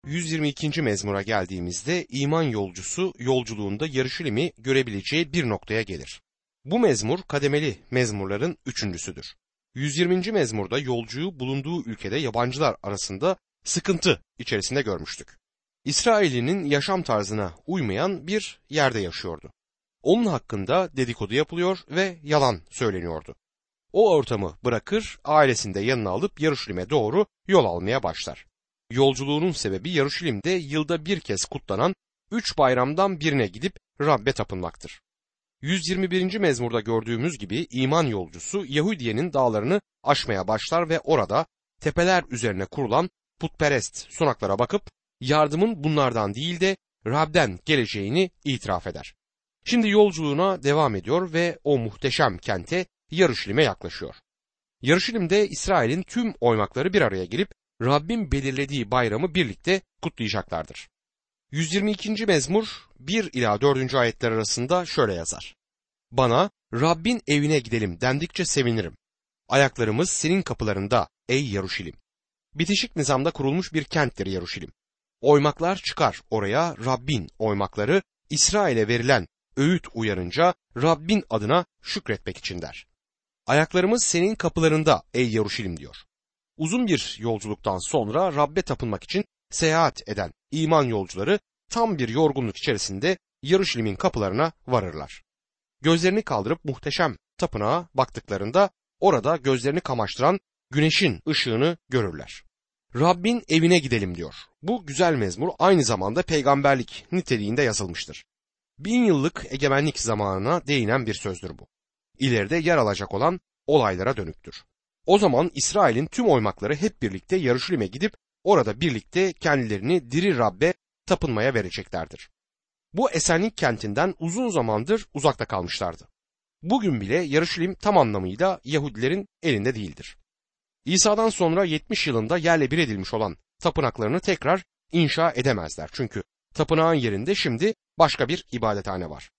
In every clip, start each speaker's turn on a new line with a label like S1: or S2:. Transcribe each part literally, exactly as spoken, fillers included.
S1: yüz yirmi ikinci mezmura geldiğimizde iman yolcusu yolculuğunda Yarışilim'i görebileceği bir noktaya gelir. Bu mezmur kademeli mezmurların üçüncüsüdür. yüz yirminci mezmurda yolcuyu bulunduğu ülkede yabancılar arasında sıkıntı içerisinde görmüştük. İsrail'in yaşam tarzına uymayan bir yerde yaşıyordu. Onun hakkında dedikodu yapılıyor ve yalan söyleniyordu. O ortamı bırakır, ailesini de yanına alıp Yarışilim'e doğru yol almaya başlar. Yolculuğunun sebebi Yarışilim'de yılda bir kez kutlanan üç bayramdan birine gidip Rabbe tapınmaktır. yüz yirmi birinci mezmurda gördüğümüz gibi iman yolcusu Yahudiye'nin dağlarını aşmaya başlar ve orada tepeler üzerine kurulan putperest sunaklara bakıp yardımın bunlardan değil de Rab'den geleceğini itiraf eder. Şimdi yolculuğuna devam ediyor ve o muhteşem kente Yarışilim'e yaklaşıyor. Yarışilim'de İsrail'in tüm oymakları bir araya gelip Rabbin belirlediği bayramı birlikte kutlayacaklardır. yüz yirmi ikinci mezmur bir ila dördüncü ayetler arasında şöyle yazar. Bana Rabbin evine gidelim dendikçe sevinirim. Ayaklarımız senin kapılarında ey Yarışilim. Bitişik nizamda kurulmuş bir kenttir Yarışilim. Oymaklar çıkar oraya, Rabbin oymakları İsrail'e verilen öğüt uyarınca Rabbin adına şükretmek için der. Ayaklarımız senin kapılarında ey Yarışilim diyor. Uzun bir yolculuktan sonra Rabbe tapınmak için seyahat eden iman yolcuları tam bir yorgunluk içerisinde Yarışilim'in kapılarına varırlar. Gözlerini kaldırıp muhteşem tapınağa baktıklarında orada gözlerini kamaştıran güneşin ışığını görürler. Rabbin evine gidelim diyor. Bu güzel mezmur aynı zamanda peygamberlik niteliğinde yazılmıştır. Bin yıllık egemenlik zamanına değinen bir sözdür bu. İleride yer alacak olan olaylara dönüktür. O zaman İsrail'in tüm oymakları hep birlikte Yarışilim'e gidip orada birlikte kendilerini diri Rabbe tapınmaya vereceklerdir. Bu esenlik kentinden uzun zamandır uzakta kalmışlardı. Bugün bile Yarışilim tam anlamıyla Yahudilerin elinde değildir. İsa'dan sonra yetmiş yılında yerle bir edilmiş olan tapınaklarını tekrar inşa edemezler. Çünkü tapınağın yerinde şimdi başka bir ibadethane var.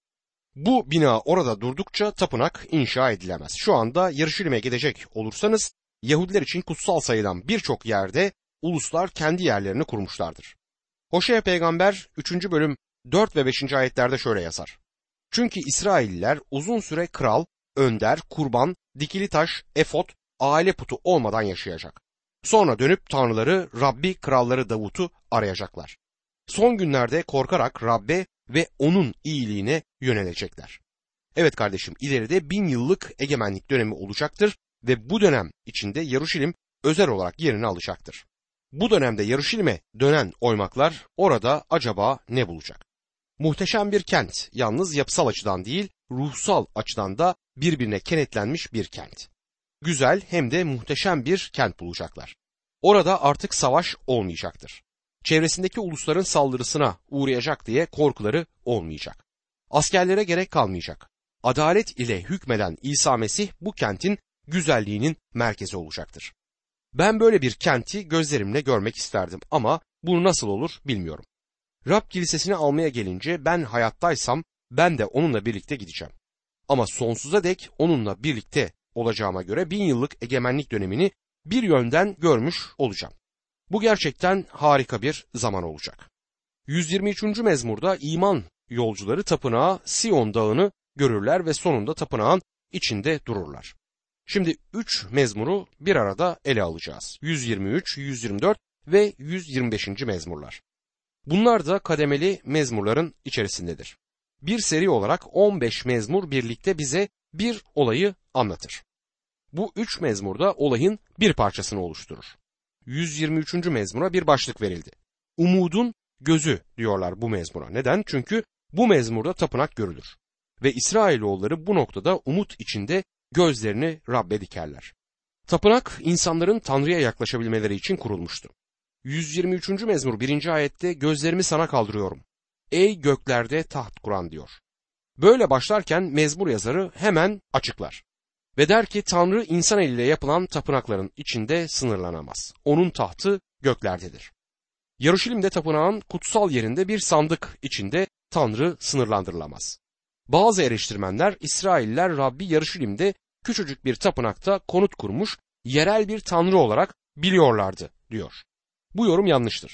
S1: Bu bina orada durdukça tapınak inşa edilemez. Şu anda Yarışilim'e gidecek olursanız Yahudiler için kutsal sayılan birçok yerde uluslar kendi yerlerini kurmuşlardır. Hoşea peygamber üçüncü bölüm dört ve beşinci ayetlerde şöyle yazar. Çünkü İsrailliler uzun süre kral, önder, kurban, dikili taş, efot, aile putu olmadan yaşayacak. Sonra dönüp tanrıları, Rabbi, kralları Davut'u arayacaklar. Son günlerde korkarak Rabbe ve onun iyiliğine yönelecekler. Evet kardeşim, ileride bin yıllık egemenlik dönemi olacaktır ve bu dönem içinde Yarışilim özel olarak yerini alacaktır. Bu dönemde Yarışilim'e dönen oymaklar orada acaba ne bulacak? Muhteşem bir kent, yalnız yapısal açıdan değil, ruhsal açıdan da birbirine kenetlenmiş bir kent. Güzel hem de muhteşem bir kent bulacaklar. Orada artık savaş olmayacaktır. Çevresindeki ulusların saldırısına uğrayacak diye korkuları olmayacak. Askerlere gerek kalmayacak. Adalet ile hükmeden İsa Mesih bu kentin güzelliğinin merkezi olacaktır. Ben böyle bir kenti gözlerimle görmek isterdim ama bu nasıl olur bilmiyorum. Rab kilisesini almaya gelince ben hayattaysam ben de onunla birlikte gideceğim. Ama sonsuza dek onunla birlikte olacağıma göre bin yıllık egemenlik dönemini bir yönden görmüş olacağım. Bu gerçekten harika bir zaman olacak. yüz yirmi üçüncü mezmurda iman yolcuları tapınağı Sion dağını görürler ve sonunda tapınağın içinde dururlar. Şimdi üç mezmuru bir arada ele alacağız. yüz yirmi üç, yüz yirmi dört ve yüz yirmi beşinci mezmurlar. Bunlar da kademeli mezmurların içerisindedir. Bir seri olarak on beş mezmur birlikte bize bir olayı anlatır. Bu üç mezmurda olayın bir parçasını oluşturur. yüz yirmi üçüncü mezmura bir başlık verildi. Umudun gözü diyorlar bu mezmura. Neden? Çünkü bu mezmurda tapınak görülür. Ve İsrailoğulları bu noktada umut içinde gözlerini Rabbe dikerler. Tapınak insanların Tanrı'ya yaklaşabilmeleri için kurulmuştu. yüz yirmi üçüncü mezmur birinci ayette gözlerimi sana kaldırıyorum. Ey göklerde taht kuran diyor. Böyle başlarken mezmur yazarı hemen açıklar. Ve der ki Tanrı insan eliyle yapılan tapınakların içinde sınırlanamaz. Onun tahtı göklerdedir. Yarışilim'de tapınağın kutsal yerinde bir sandık içinde Tanrı sınırlandırılamaz. Bazı eleştirmenler İsrailler Rabbi Yarışilim'de küçücük bir tapınakta konut kurmuş yerel bir tanrı olarak biliyorlardı diyor. Bu yorum yanlıştır.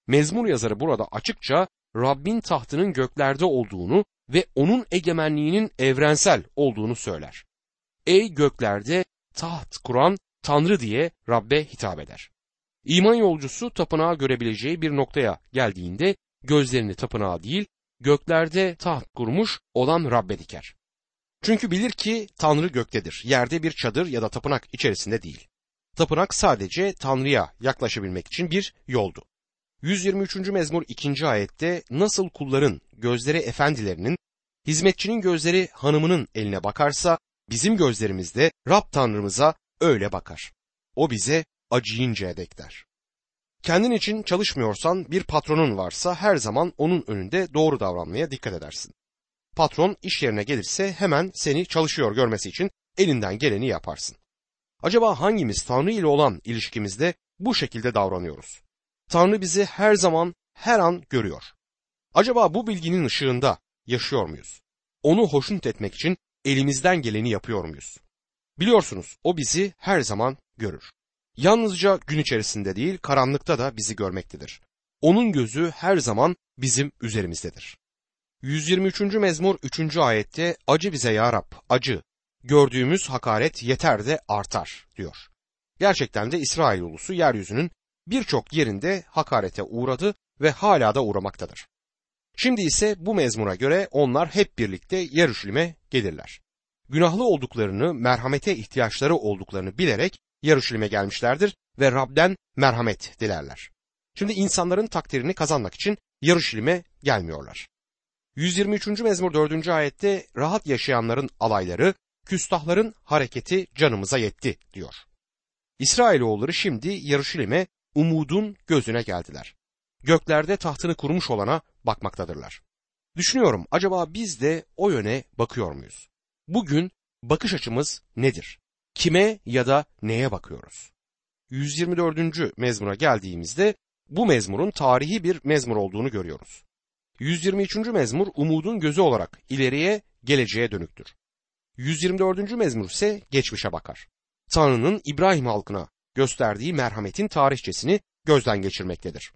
S1: Mezmur yazarı burada açıkça Rabbin tahtının göklerde olduğunu ve onun egemenliğinin evrensel olduğunu söyler. Ey göklerde taht kuran Tanrı diye Rabbe hitap eder. İman yolcusu tapınağı görebileceği bir noktaya geldiğinde gözlerini tapınağa değil, göklerde taht kurmuş olan Rabbe diker. Çünkü bilir ki Tanrı göktedir, yerde bir çadır ya da tapınak içerisinde değil. Tapınak sadece Tanrı'ya yaklaşabilmek için bir yoldu. yüz yirmi üçüncü mezmur ikinci ayette nasıl kulların gözleri efendilerinin, hizmetçinin gözleri hanımının eline bakarsa, bizim gözlerimiz de Rab Tanrımıza öyle bakar. O bize acıyıncaya dek der. Kendin için çalışmıyorsan bir patronun varsa her zaman onun önünde doğru davranmaya dikkat edersin. Patron iş yerine gelirse hemen seni çalışıyor görmesi için elinden geleni yaparsın. Acaba hangimiz Tanrı ile olan ilişkimizde bu şekilde davranıyoruz? Tanrı bizi her zaman, her an görüyor. Acaba bu bilginin ışığında yaşıyor muyuz? Onu hoşnut etmek için elimizden geleni yapıyor muyuz? Biliyorsunuz, o bizi her zaman görür. Yalnızca gün içerisinde değil, karanlıkta da bizi görmektedir. Onun gözü her zaman bizim üzerimizdedir. yüz yirmi üçüncü mezmur üçüncü ayette acı bize ya Rab, acı, gördüğümüz hakaret yeter de artar diyor. Gerçekten de İsrail ulusu yeryüzünün birçok yerinde hakarete uğradı ve hala da uğramaktadır. Şimdi ise bu mezmura göre onlar hep birlikte Yeruşalim'e gelirler. Günahlı olduklarını, merhamete ihtiyaçları olduklarını bilerek Yeruşalim'e gelmişlerdir ve Rab'den merhamet dilerler. Şimdi insanların takdirini kazanmak için Yeruşalim'e gelmiyorlar. yüz yirmi üçüncü mezmur dördüncü ayette rahat yaşayanların alayları, küstahların hareketi canımıza yetti diyor. İsrailoğulları şimdi Yeruşalim'e umudun gözüne geldiler. Göklerde tahtını kurmuş olana bakmaktadırlar. Düşünüyorum, acaba biz de o yöne bakıyor muyuz? Bugün bakış açımız nedir? Kime ya da neye bakıyoruz? yüz yirmi dördüncü mezmura geldiğimizde bu mezmurun tarihi bir mezmur olduğunu görüyoruz. yüz yirmi üçüncü mezmur umudun gözü olarak ileriye, geleceğe dönüktür. yüz yirmi dördüncü mezmur ise geçmişe bakar. Tanrı'nın İbrahim halkına gösterdiği merhametin tarihçesini gözden geçirmektedir.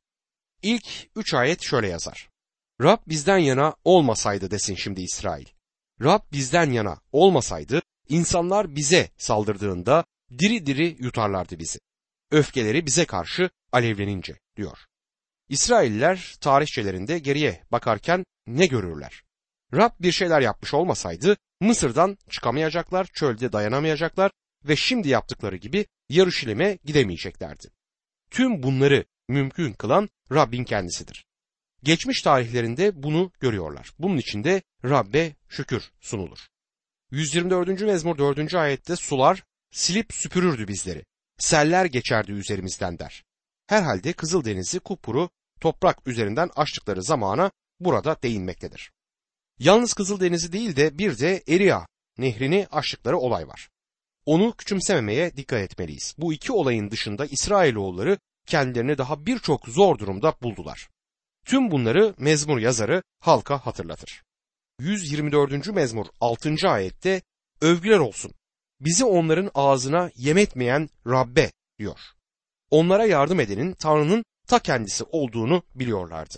S1: İlk üç ayet şöyle yazar. Rab bizden yana olmasaydı desin şimdi İsrail. Rab bizden yana olmasaydı insanlar bize saldırdığında diri diri yutarlardı bizi. Öfkeleri bize karşı alevlenince diyor. İsrailliler tarihçelerinde geriye bakarken ne görürler? Rab bir şeyler yapmış olmasaydı Mısır'dan çıkamayacaklar, çölde dayanamayacaklar ve şimdi yaptıkları gibi Yeruşalim'e gidemeyeceklerdi. Tüm bunları mümkün kılan Rabbin kendisidir. Geçmiş tarihlerinde bunu görüyorlar. Bunun için de Rabbe şükür sunulur. yüz yirmi dördüncü mezmur dördüncü ayette sular silip süpürürdü bizleri. Seller geçerdi üzerimizden der. Herhalde Kızıldeniz'i kupkuru toprak üzerinden açtıkları zamana burada değinmektedir. Yalnız Kızıldeniz'i değil de bir de Eriya nehrini aştıkları olay var. Onu küçümsememeye dikkat etmeliyiz. Bu iki olayın dışında İsrailoğulları kendilerini daha birçok zor durumda buldular. Tüm bunları mezmur yazarı halka hatırlatır. yüz yirmi dördüncü mezmur altıncı ayette övgüler olsun. Bizi onların ağzına yem etmeyen Rabbe diyor. Onlara yardım edenin Tanrı'nın ta kendisi olduğunu biliyorlardı.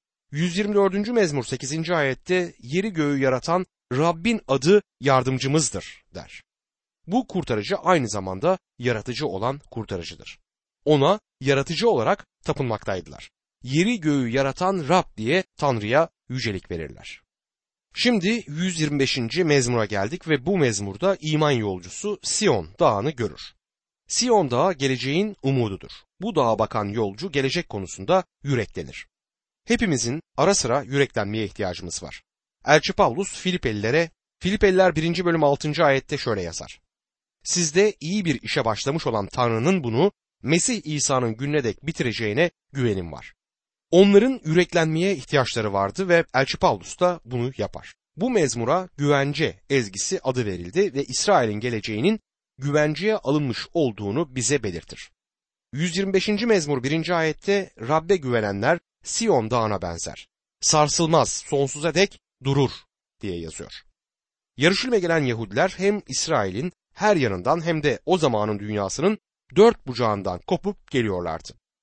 S1: yüz yirmi dördüncü mezmur sekizinci ayette yeri göğü yaratan Rabbin adı yardımcımızdır der. Bu kurtarıcı aynı zamanda yaratıcı olan kurtarıcıdır. Ona yaratıcı olarak tapınmaktaydılar. Yeri göğü yaratan Rab diye Tanrı'ya yücelik verirler. Şimdi yüz yirmi beşinci mezmura geldik ve bu mezmurda iman yolcusu Sion dağını görür. Sion dağı geleceğin umududur. Bu dağa bakan yolcu gelecek konusunda yüreklenir. Hepimizin ara sıra yüreklenmeye ihtiyacımız var. Elçi Pavlus Filipelilere, Filipeliler birinci bölüm altıncı ayette şöyle yazar. Sizde iyi bir işe başlamış olan Tanrı'nın bunu Mesih İsa'nın gününe dek bitireceğine güvenim var. Onların yüreklenmeye ihtiyaçları vardı ve Elçi Pavlus da bunu yapar. Bu mezmura güvence ezgisi adı verildi ve İsrail'in geleceğinin güvenceye alınmış olduğunu bize belirtir. yüz yirmi beşinci mezmur birinci ayette Rabbe güvenenler Sion dağına benzer. Sarsılmaz, sonsuza dek durur diye yazıyor. Yeruşalim'e gelen Yahudiler hem İsrail'in her yanından hem de o zamanın dünyasının dört bucağından kopup geliyorlardı.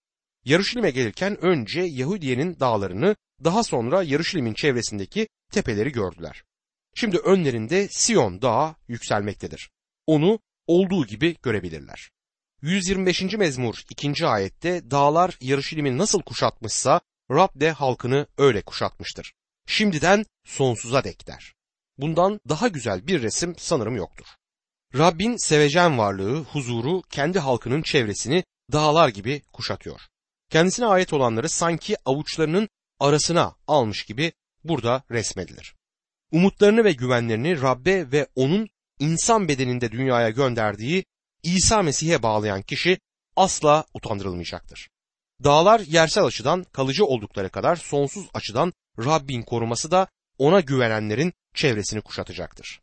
S1: Yaruşilim'e gelirken önce Yahudiye'nin dağlarını, daha sonra Yaruşilim'in çevresindeki tepeleri gördüler. Şimdi önlerinde Siyon dağı yükselmektedir. Onu olduğu gibi görebilirler. yüz yirmi beşinci mezmur ikinci ayette dağlar Yaruşilim'i nasıl kuşatmışsa Rab de halkını öyle kuşatmıştır. Şimdiden sonsuza dek der. Bundan daha güzel bir resim sanırım yoktur. Rabbin sevecen varlığı, huzuru kendi halkının çevresini dağlar gibi kuşatıyor. Kendisine ait olanları sanki avuçlarının arasına almış gibi burada resmedilir. Umutlarını ve güvenlerini Rabbe ve onun insan bedeninde dünyaya gönderdiği İsa Mesih'e bağlayan kişi asla utandırılmayacaktır. Dağlar yersel açıdan kalıcı oldukları kadar sonsuz açıdan Rabbin koruması da ona güvenenlerin çevresini kuşatacaktır.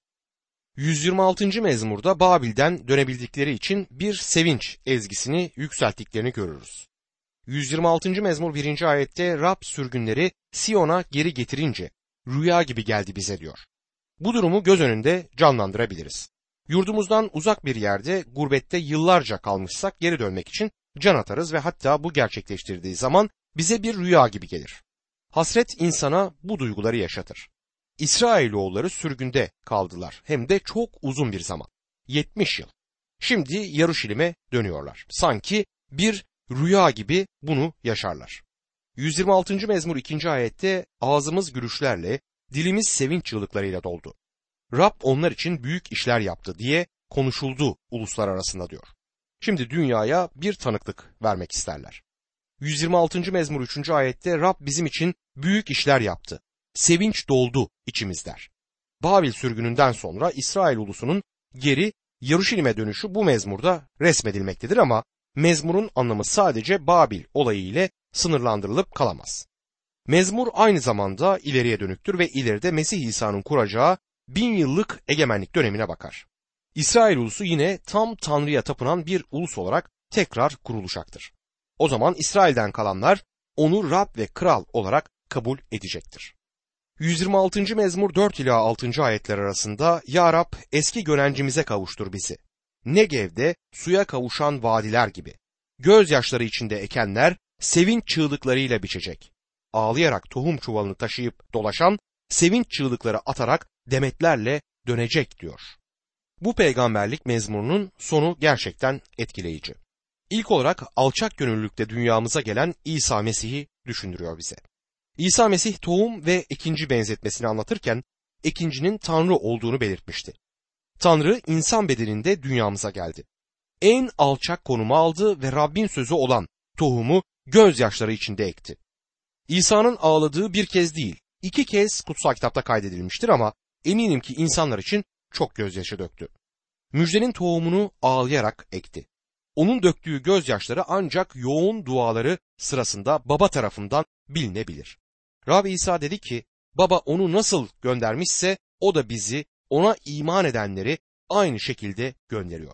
S1: yüz yirmi altıncı mezmurda Babil'den dönebildikleri için bir sevinç ezgisini yükselttiklerini görürüz. yüz yirmi altıncı mezmur birinci ayette Rab sürgünleri Siyon'a geri getirince rüya gibi geldi bize diyor. Bu durumu göz önünde canlandırabiliriz. Yurdumuzdan uzak bir yerde gurbette yıllarca kalmışsak geri dönmek için can atarız ve hatta bu gerçekleştirdiği zaman bize bir rüya gibi gelir. Hasret insana bu duyguları yaşatır. İsrailoğulları sürgünde kaldılar hem de çok uzun bir zaman. yetmiş yıl. Şimdi Yaruşilim'e dönüyorlar. Sanki bir rüya gibi bunu yaşarlar. yüz yirmi altıncı mezmur ikinci ayette ağzımız gülüşlerle, dilimiz sevinç çığlıklarıyla doldu. Rab onlar için büyük işler yaptı diye konuşuldu uluslar arasında diyor. Şimdi dünyaya bir tanıklık vermek isterler. yüz yirmi altıncı mezmur üçüncü ayette Rab bizim için büyük işler yaptı. Sevinç doldu içimizler. Babil sürgününden sonra İsrail ulusunun geri Yaruşilim'e dönüşü bu mezmurda resmedilmektedir ama mezmurun anlamı sadece Babil olayı ile sınırlandırılıp kalamaz. Mezmur aynı zamanda ileriye dönüktür ve ileride Mesih İsa'nın kuracağı bin yıllık egemenlik dönemine bakar. İsrail ulusu yine tam Tanrı'ya tapınan bir ulus olarak tekrar kurulacaktır. O zaman İsrail'den kalanlar onu Rab ve Kral olarak kabul edecektir. yüz yirmi altıncı mezmur dört ila altıncı ayetler arasında Ya Rab eski görencimize kavuştur bizi. Negev'de suya kavuşan vadiler gibi. Gözyaşları içinde ekenler sevinç çığlıklarıyla biçecek. Ağlayarak tohum çuvalını taşıyıp dolaşan sevinç çığlıkları atarak demetlerle dönecek diyor. Bu peygamberlik mezmurunun sonu gerçekten etkileyici. İlk olarak alçak gönüllülükte dünyamıza gelen İsa Mesih'i düşündürüyor bize. İsa Mesih tohum ve ekinci benzetmesini anlatırken ekincinin Tanrı olduğunu belirtmişti. Tanrı insan bedeninde dünyamıza geldi. En alçak konumu aldı ve Rabbin sözü olan tohumu gözyaşları içinde ekti. İsa'nın ağladığı bir kez değil, iki kez kutsal kitapta kaydedilmiştir ama eminim ki insanlar için çok gözyaşı döktü. Müjdenin tohumunu ağlayarak ekti. Onun döktüğü gözyaşları ancak yoğun duaları sırasında Baba tarafından bilinebilir. Rab İsa dedi ki, Baba onu nasıl göndermişse o da bizi, ona iman edenleri aynı şekilde gönderiyor.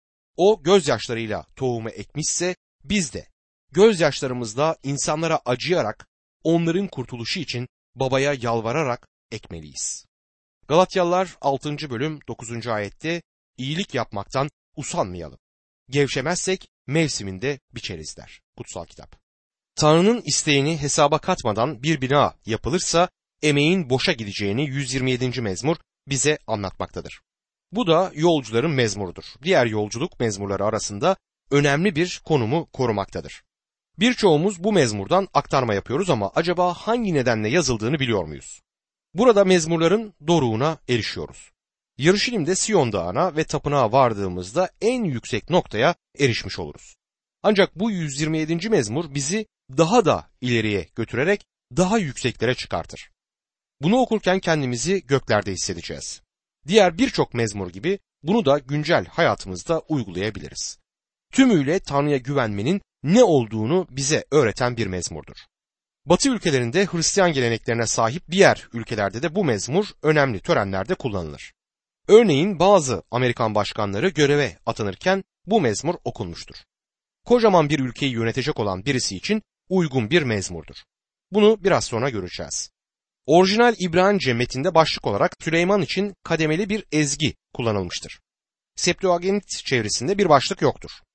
S1: O gözyaşlarıyla tohumu ekmişse biz de gözyaşlarımızla insanlara acıyarak onların kurtuluşu için Babaya yalvararak ekmeliyiz. Galatyalılar altıncı bölüm dokuzuncu ayette iyilik yapmaktan usanmayalım. Gevşemezsek mevsiminde biçeriz der kutsal kitap. Tanrı'nın isteğini hesaba katmadan bir bina yapılırsa emeğin boşa gideceğini yüz yirmi yedinci mezmur bize anlatmaktadır. Bu da yolcuların mezmurudur. Diğer yolculuk mezmurları arasında önemli bir konumu korumaktadır. Birçoğumuz bu mezmurdan aktarma yapıyoruz ama acaba hangi nedenle yazıldığını biliyor muyuz? Burada mezmurların doruğuna erişiyoruz. Yaruşilim'de Siyon Dağı'na ve tapınağa vardığımızda en yüksek noktaya erişmiş oluruz. Ancak bu yüz yirmi yedinci mezmur bizi daha da ileriye götürerek daha yükseklere çıkartır. Bunu okurken kendimizi göklerde hissedeceğiz. Diğer birçok mezmur gibi bunu da güncel hayatımızda uygulayabiliriz. Tümüyle Tanrı'ya güvenmenin ne olduğunu bize öğreten bir mezmurdur. Batı ülkelerinde Hristiyan geleneklerine sahip diğer ülkelerde de bu mezmur önemli törenlerde kullanılır. Örneğin bazı Amerikan başkanları göreve atanırken bu mezmur okunmuştur. Kocaman bir ülkeyi yönetecek olan birisi için uygun bir mezmurdur. Bunu biraz sonra göreceğiz. Orijinal İbranice metinde başlık olarak Süleyman için kademeli bir ezgi kullanılmıştır. Septuagint çevresinde bir başlık yoktur.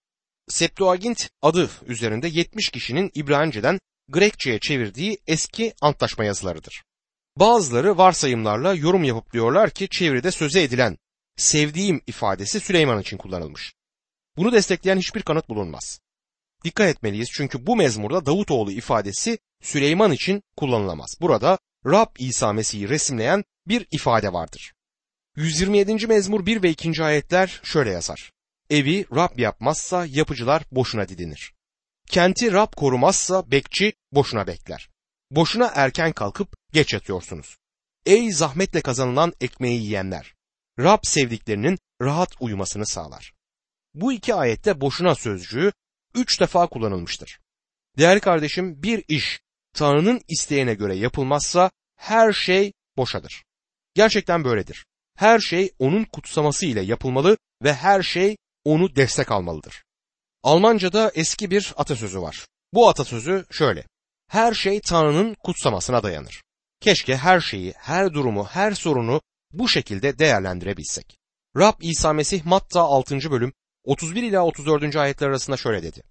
S1: Septuagint adı üzerinde yetmiş kişinin İbranice'den Grekçe'ye çevirdiği eski antlaşma yazılarıdır. Bazıları varsayımlarla yorum yapıp diyorlar ki çeviride söze edilen sevdiğim ifadesi Süleyman için kullanılmış. Bunu destekleyen hiçbir kanıt bulunmaz. Dikkat etmeliyiz çünkü bu mezmurda Davutoğlu ifadesi Süleyman için kullanılamaz. Burada Rab İsa Mesih'i resimleyen bir ifade vardır. yüz yirmi yedinci mezmur bir ve ikinci ayetler şöyle yazar. Evi Rab yapmazsa yapıcılar boşuna didinir. Kenti Rab korumazsa bekçi boşuna bekler. Boşuna erken kalkıp geç yatıyorsunuz. Ey zahmetle kazanılan ekmeği yiyenler! Rab sevdiklerinin rahat uyumasını sağlar. Bu iki ayette boşuna sözcüğü üç defa kullanılmıştır. Değerli kardeşim, bir iş Tanrı'nın isteğine göre yapılmazsa her şey boşadır. Gerçekten böyledir. Her şey onun kutsaması ile yapılmalı ve her şey onu destek almalıdır. Almanca'da eski bir atasözü var. Bu atasözü şöyle: her şey Tanrı'nın kutsamasına dayanır. Keşke her şeyi, her durumu, her sorunu bu şekilde değerlendirebilsek. Rab İsa Mesih Matta altıncı bölüm otuz bir ila otuz dördüncü ayetler arasında şöyle dedi.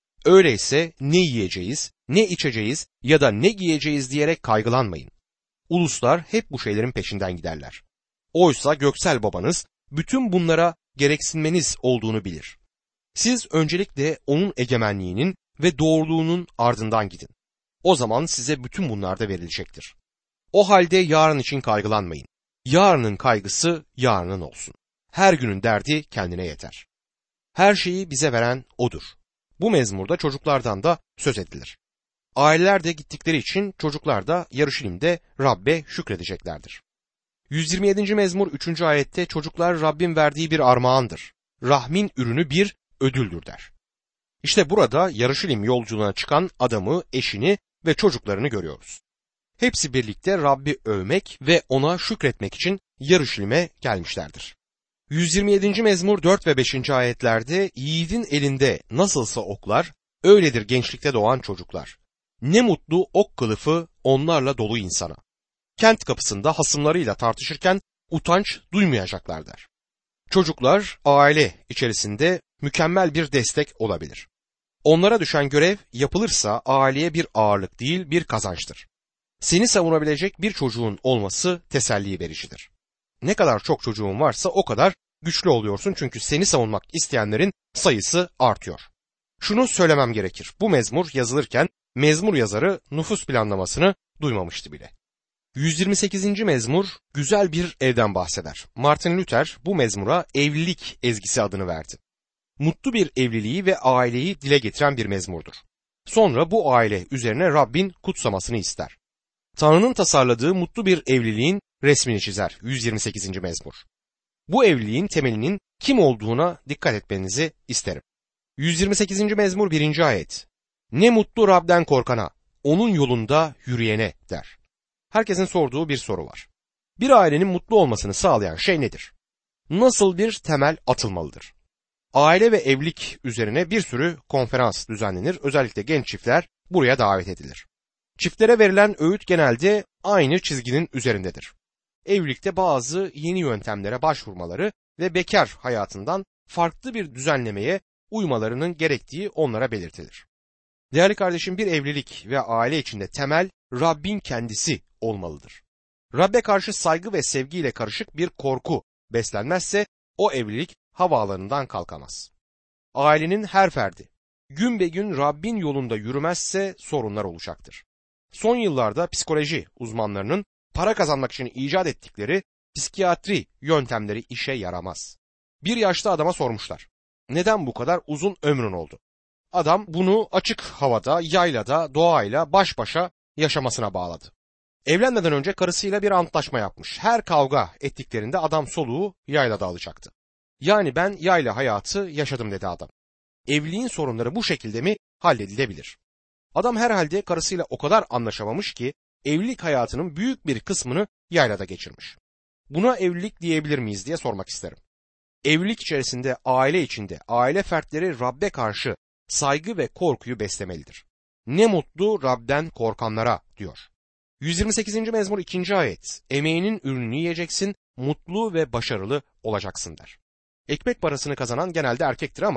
S1: Öyleyse ne yiyeceğiz, ne içeceğiz ya da ne giyeceğiz diyerek kaygılanmayın. Uluslar hep bu şeylerin peşinden giderler. Oysa göksel babanız bütün bunlara gereksinmeniz olduğunu bilir. Siz öncelikle onun egemenliğinin ve doğruluğunun ardından gidin. O zaman size bütün bunlar da verilecektir. O halde yarın için kaygılanmayın. Yarının kaygısı yarının olsun. Her günün derdi kendine yeter. Her şeyi bize veren O'dur. Bu mezmurda çocuklardan da söz edilir. Aileler de gittikleri için çocuklar da Yarışilim'de Rabbe şükredeceklerdir. yüz yirmi yedinci mezmur üçüncü ayette çocuklar Rabbin verdiği bir armağandır. Rahmin ürünü bir ödüldür der. İşte burada Yarışilim yolculuğuna çıkan adamı, eşini ve çocuklarını görüyoruz. Hepsi birlikte Rabbi övmek ve ona şükretmek için Yarışilim'e gelmişlerdir. yüz yirmi yedinci mezmur dört ve beşinci ayetlerde yiğidin elinde nasılsa oklar, öyledir gençlikte doğan çocuklar. Ne mutlu ok kılıfı onlarla dolu insana. Kent kapısında hasımlarıyla tartışırken utanç duymayacaklar der. Çocuklar aile içerisinde mükemmel bir destek olabilir. Onlara düşen görev yapılırsa aileye bir ağırlık değil bir kazançtır. Seni savunabilecek bir çocuğun olması teselli vericidir. Ne kadar çok çocuğun varsa o kadar güçlü oluyorsun çünkü seni savunmak isteyenlerin sayısı artıyor. Şunu söylemem gerekir. Bu mezmur yazılırken mezmur yazarı nüfus planlamasını duymamıştı bile. yüz yirmi sekizinci mezmur güzel bir evden bahseder. Martin Luther bu mezmura evlilik ezgisi adını verdi. Mutlu bir evliliği ve aileyi dile getiren bir mezmurdur. Sonra bu aile üzerine Rabbin kutsamasını ister. Tanrı'nın tasarladığı mutlu bir evliliğin resmini çizer yüz yirmi sekizinci mezmur. Bu evliliğin temelinin kim olduğuna dikkat etmenizi isterim. yüz yirmi sekizinci mezmur birinci ayet. Ne mutlu Rab'den korkana, onun yolunda yürüyene der. Herkesin sorduğu bir soru var. Bir ailenin mutlu olmasını sağlayan şey nedir? Nasıl bir temel atılmalıdır? Aile ve evlilik üzerine bir sürü konferans düzenlenir. Özellikle genç çiftler buraya davet edilir. Çiftlere verilen öğüt genelde aynı çizginin üzerindedir. Evlilikte bazı yeni yöntemlere başvurmaları ve bekar hayatından farklı bir düzenlemeye uymalarının gerektiği onlara belirtilir. Değerli kardeşim, bir evlilik ve aile içinde temel Rabbin kendisi olmalıdır. Rabbe karşı saygı ve sevgiyle karışık bir korku beslenmezse o evlilik havaalanından kalkamaz. Ailenin her ferdi gün be gün Rabbin yolunda yürümezse sorunlar olacaktır. Son yıllarda psikoloji uzmanlarının para kazanmak için icat ettikleri psikiyatri yöntemleri işe yaramaz. Bir yaşlı adama sormuşlar. Neden bu kadar uzun ömrün oldu? Adam bunu açık havada, yaylada, doğayla baş başa yaşamasına bağladı. Evlenmeden önce karısıyla bir antlaşma yapmış. Her kavga ettiklerinde adam soluğu yaylada alacaktı. Yani ben yayla hayatı yaşadım dedi adam. Evliliğin sorunları bu şekilde mi halledilebilir? Adam herhalde karısıyla o kadar anlaşamamış ki evlilik hayatının büyük bir kısmını yaylada geçirmiş. Buna evlilik diyebilir miyiz diye sormak isterim. Evlilik içerisinde, aile içinde, aile fertleri Rabbe karşı saygı ve korkuyu beslemelidir. Ne mutlu Rab'den korkanlara diyor. yüz yirmi sekizinci mezmur ikinci ayet. Emeğinin ürününü yiyeceksin, mutlu ve başarılı olacaksın der. Ekmek parasını kazanan genelde erkektir ama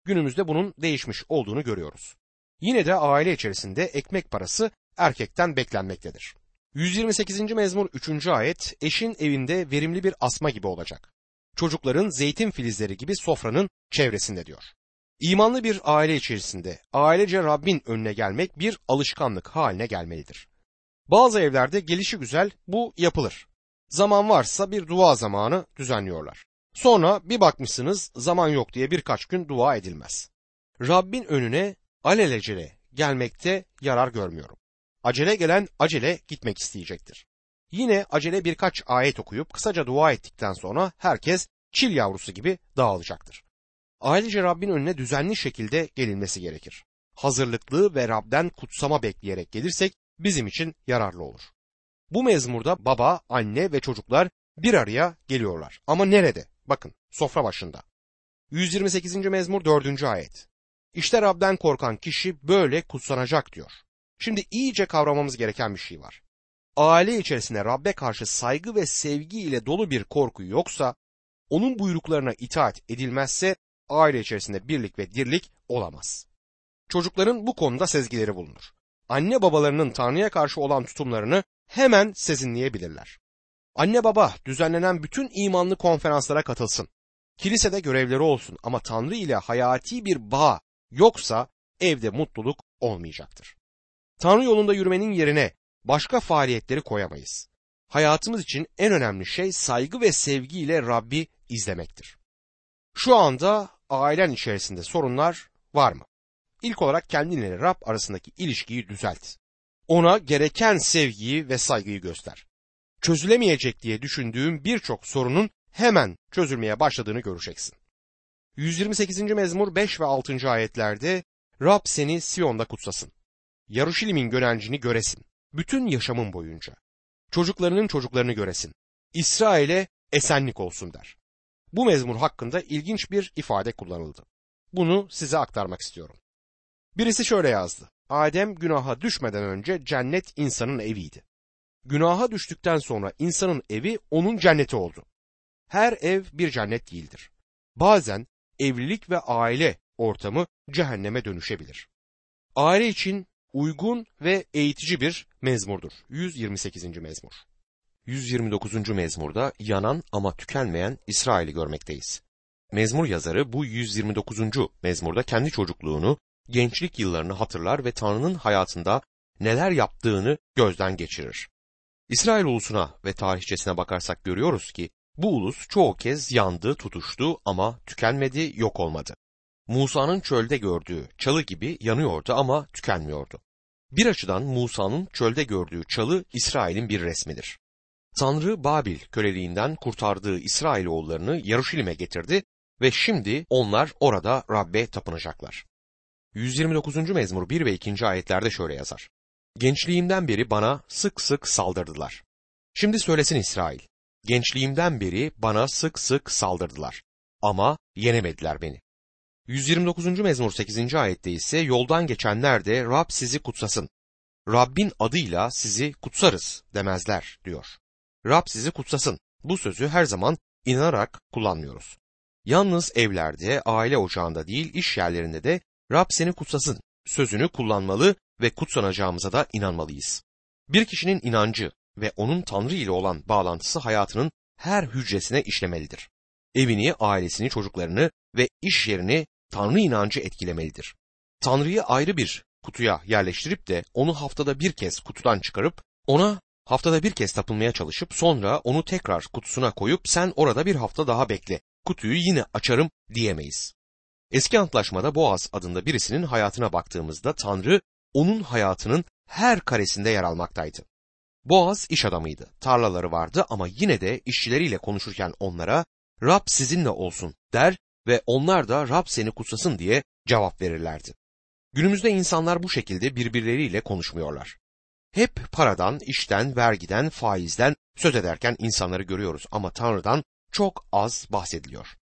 S1: Günümüzde bunun değişmiş olduğunu görüyoruz. Yine de aile içerisinde ekmek parası erkekten beklenmektedir. yüz yirmi sekizinci mezmur üçüncü ayet, eşin evinde verimli bir asma gibi olacak. Çocukların zeytin filizleri gibi sofranın çevresinde diyor. İmanlı bir aile içerisinde ailece Rabbin önüne gelmek bir alışkanlık haline gelmelidir. Bazı evlerde gelişigüzel bu yapılır. Zaman varsa bir dua zamanı düzenliyorlar. Sonra bir bakmışsınız zaman yok diye birkaç gün dua edilmez. Rabbin önüne alelacele gelmekte yarar görmüyorum. Acele gelen acele gitmek isteyecektir. Yine acele birkaç ayet okuyup kısaca dua ettikten sonra herkes çil yavrusu gibi dağılacaktır. Ailece Rabbin önüne düzenli şekilde gelinmesi gerekir. Hazırlıklı ve Rab'den kutsama bekleyerek gelirsek bizim için yararlı olur. Bu mezmurda baba, anne ve çocuklar bir araya geliyorlar. Ama nerede? Bakın, sofra başında. yüz yirmi sekizinci mezmur dördüncü ayet. İşte Rab'den korkan kişi böyle kutsanacak diyor. Şimdi iyice kavramamız gereken bir şey var. Aile içerisinde Rab'be karşı saygı ve sevgi ile dolu bir korku yoksa, onun buyruklarına itaat edilmezse aile içerisinde birlik ve dirlik olamaz. Çocukların bu konuda sezgileri bulunur. Anne babalarının Tanrı'ya karşı olan tutumlarını hemen sezinleyebilirler. Anne baba düzenlenen bütün imanlı konferanslara katılsın. Kilisede görevleri olsun ama Tanrı ile hayati bir bağ yoksa evde mutluluk olmayacaktır. Tanrı yolunda yürümenin yerine başka faaliyetleri koyamayız. Hayatımız için en önemli şey saygı ve sevgiyle Rabbi izlemektir. Şu anda ailen içerisinde sorunlar var mı? İlk olarak kendinle Rab arasındaki ilişkiyi düzelt. Ona gereken sevgiyi ve saygıyı göster. Çözülemeyecek diye düşündüğüm birçok sorunun hemen çözülmeye başladığını göreceksin. yüz yirmi sekizinci mezmur beş ve altıncı ayetlerde Rab seni Siyon'da kutsasın. Yaruşilim'in gönencini göresin. Bütün yaşamın boyunca. Çocuklarının çocuklarını göresin. İsrail'e esenlik olsun der. Bu mezmur hakkında ilginç bir ifade kullanıldı. Bunu size aktarmak istiyorum. Birisi şöyle yazdı. Adem günaha düşmeden önce cennet insanın eviydi. Günaha düştükten sonra insanın evi onun cenneti oldu. Her ev bir cennet değildir. Bazen evlilik ve aile ortamı cehenneme dönüşebilir. Aile için uygun ve eğitici bir mezmurdur. yüz yirmi sekizinci mezmur. yüz yirmi dokuzuncu mezmurda yanan ama tükenmeyen İsrail'i görmekteyiz. Mezmur yazarı bu yüz yirmi dokuzuncu mezmurda kendi çocukluğunu, gençlik yıllarını hatırlar ve Tanrı'nın hayatında neler yaptığını gözden geçirir. İsrail ulusuna ve tarihçesine bakarsak görüyoruz ki bu ulus çoğu kez yandı, tutuştu ama tükenmedi, yok olmadı. Musa'nın çölde gördüğü çalı gibi yanıyordu ama tükenmiyordu. Bir açıdan Musa'nın çölde gördüğü çalı İsrail'in bir resmidir. Tanrı Babil köleliğinden kurtardığı İsrailoğullarını Yaruşilim'e getirdi ve şimdi onlar orada Rab'be tapınacaklar. yüz yirmi dokuzuncu mezmur bir ve ikinci ayetlerde şöyle yazar. Gençliğimden beri bana sık sık saldırdılar. Şimdi söylesin İsrail. Gençliğimden beri bana sık sık saldırdılar. Ama yenemediler beni. yüz yirmi dokuzuncu mezmur sekizinci ayette ise yoldan geçenler de Rab sizi kutsasın. Rabbin adıyla sizi kutsarız demezler diyor. Rab sizi kutsasın. Bu sözü her zaman inanarak kullanmıyoruz. Yalnız evlerde, aile ocağında değil, iş yerlerinde de Rab seni kutsasın sözünü kullanmalı ve kutsanacağımıza da inanmalıyız. Bir kişinin inancı ve onun Tanrı ile olan bağlantısı hayatının her hücresine işlemelidir. Evini, ailesini, çocuklarını ve iş yerini Tanrı inancı etkilemelidir. Tanrı'yı ayrı bir kutuya yerleştirip de onu haftada bir kez kutudan çıkarıp ona haftada bir kez tapınmaya çalışıp sonra onu tekrar kutusuna koyup sen orada bir hafta daha bekle, kutuyu yine açarım diyemeyiz. Eski Antlaşmada Boaz adında birisinin hayatına baktığımızda Tanrı onun hayatının her karesinde yer almaktaydı. Boaz iş adamıydı, tarlaları vardı ama yine de işçileriyle konuşurken onlara Rab sizinle olsun der ve onlar da Rab seni kutsasın diye cevap verirlerdi. Günümüzde insanlar bu şekilde birbirleriyle konuşmuyorlar. Hep paradan, işten, vergiden, faizden söz ederken insanları görüyoruz ama Tanrı'dan çok az bahsediliyor.